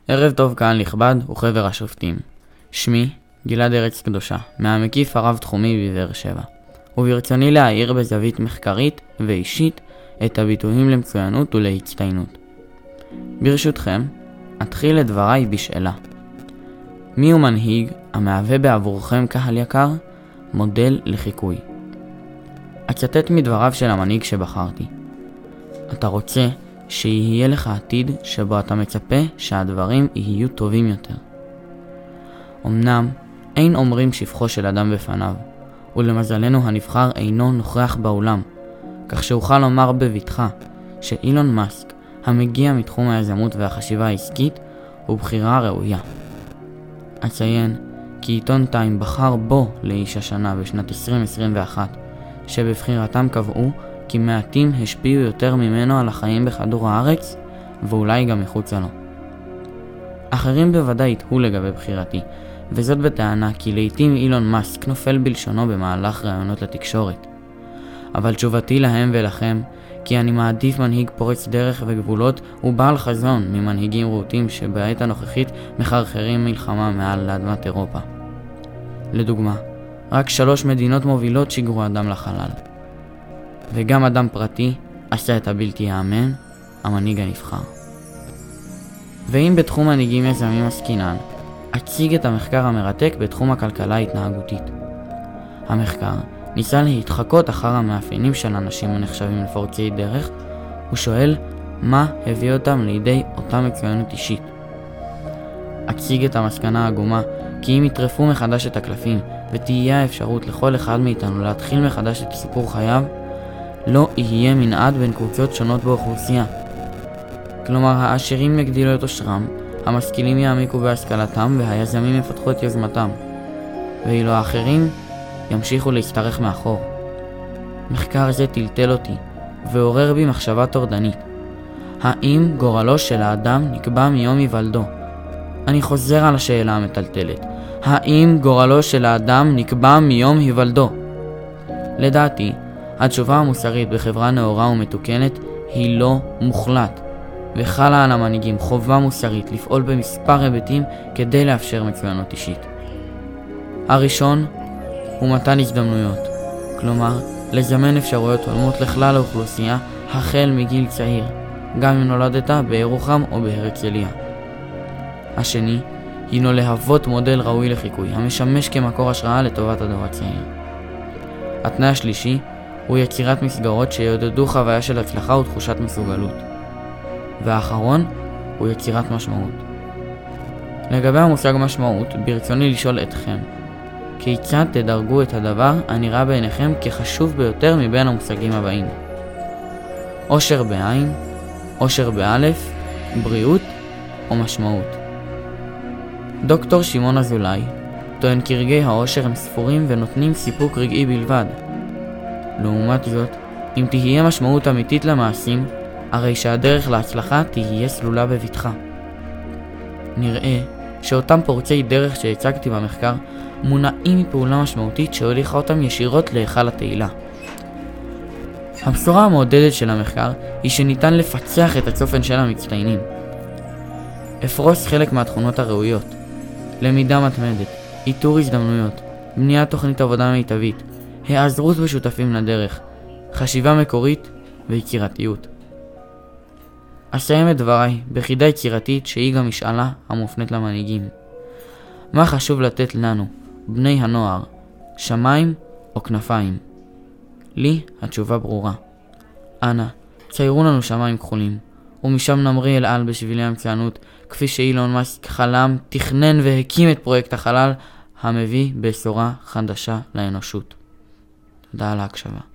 ערב טוב קהל נכבד וחבר השופטים. שמי גלעד ארץ קדושה, מהמקיף הרב תחומי בבאר שבע, וברצוני להאיר בזווית מחקרית ואישית את הביטויים למצוינות ולהצטיינות. ברשותכם, אתחיל את דבריי בשאלה. מי הוא מנהיג המהווה בעבורכם קהל יקר מודל לחיקוי? אצטט מדבריו של המנהיג שבחרתי. אתה רוצה שיהיה לך עתיד שבו אתה מצפה שהדברים יהיו טובים יותר. אמנם אין אומרים שבחו של אדם בפניו, ולמזלנו הנבחר אינו נוכח באולם, כך שאוכל לומר בבטחה שאילון מאסק, המגיע מתחום היזמות והחשיבה העסקית, הוא בחירה ראויה. אציין כי עיתון טיים בחר בו לאיש השנה בשנת 2021, שבבחירתם קבעו כי מעטים השפיעו יותר ממנו על החיים בכדור הארץ, ואולי גם מחוצה לו. אחרים בוודאי יתהו לגבי בחירתי, וזאת בטענה כי לעתים אילון מאסק נופל בלשונו במהלך ראיונות לתקשורת. אבל תשובתי להם ולכם, כי אני מעדיף מנהיג פורץ דרך וגבולות ובעל חזון ממנהיגים רהוטים שבעת הנוכחית מחרחרים מלחמה מעל לאדמת אירופה. לדוגמה, רק 3 מדינות מובילות שיגרו אדם לחלל. וגם אדם פרטי עשה את הבלתי יאמן, המנהיג הנבחר. ואם בתחום מנהיגים יזמים עסקינן, אציג את המחקר המרתק בתחום הכלכלה ההתנהגותית. המחקר ניסה להתחקות אחר המאפיינים של אנשים הנחשבים לפורצי דרך, ושואל מה הביא אותם לידי אותה מצוינות אישית. אציג את המסקנה העגומה כי אם יטרפו מחדש את הקלפים ותהיה האפשרות לכל אחד מאיתנו להתחיל מחדש את סיפור חייו, לא יהיה מנעד בין קבוצות שונות באוכלוסייה. כלומר, העשירים יגדילו את עושרם, המשכילים יעמיקו בהשכלתם והיזמים יפתחו את יוזמתם, ואילו האחרים ימשיכו להשתרך מאחור. מחקר זה טלטל אותי ועורר בי מחשבה טורדנית. האם גורלו של האדם נקבע מיום היוולדו? אני חוזר על השאלה המטלטלת. האם גורלו של האדם נקבע מיום היוולדו? לדעתי, התשובה המוסרית בחברה נאורה ומתוקנת היא לא מוחלט, וחלה על המנהיגים חובה מוסרית לפעול במספר היבטים כדי לאפשר מצוינות אישית. הראשון הוא מתן הזדמנויות, כלומר לזמן אפשרויות הולמות לכלל האוכלוסייה החל מגיל צעיר, גם אם נולדת בירוחם או בהרצליה. השני הינו להוות מודל ראוי לחיקוי המשמש כמקור השראה לטובת הדור הצעיר. התנאי השלישי הוא יצירת מסגרות שיעודדו חוויה של הצלחה ותחושת מסוגלות. והאחרון הוא יצירת משמעות. לגבי המושג משמעות, ברצוני לשאול אתכם, כיצד תדרגו את הדבר הנראה בעיניכם כחשוב ביותר מבין המושגים הבאים? עושר בעין, עושר באלף, בריאות או משמעות? דוקטור שמעון אזולאי טוען כי רגעי העושר הם ספורים ונותנים סיפוק רגעי בלבד. לעומת זאת, אם תהיה משמעות אמיתית למעשים, הרי שהדרך להצלחה תהיה סלולה בבטחה. נראה שאותם פורצי דרך שהצגתי במחקר מונעים מפעולה משמעותית שהוליכה אותם ישירות להיכל התהילה. הבשורה המעודדת של המחקר היא שניתן לפצח את הצופן של המצטיינים. אפרוס חלק מהתכונות הראויות: למידה מתמדת, איתור הזדמנויות, בניית תוכנית עבודה מיטבית, היעזרות בשותפים לדרך, חשיבה מקורית ויצירתיות. אסיים את דבריי בחידה יצירתית שהיא גם משאלה המופנית למנהיגים. מה חשוב לתת לנו, בני הנוער, שמיים או כנפיים? לי התשובה ברורה. אנא, ציירו לנו שמיים כחולים, ומשם נמריא אל על בשבילי המצוינות, כפי שאילון מאסק חלם, תכנן והקים את פרויקט החלל, המביא בשורה חדשה לאנושות. תודה על ההקשבה.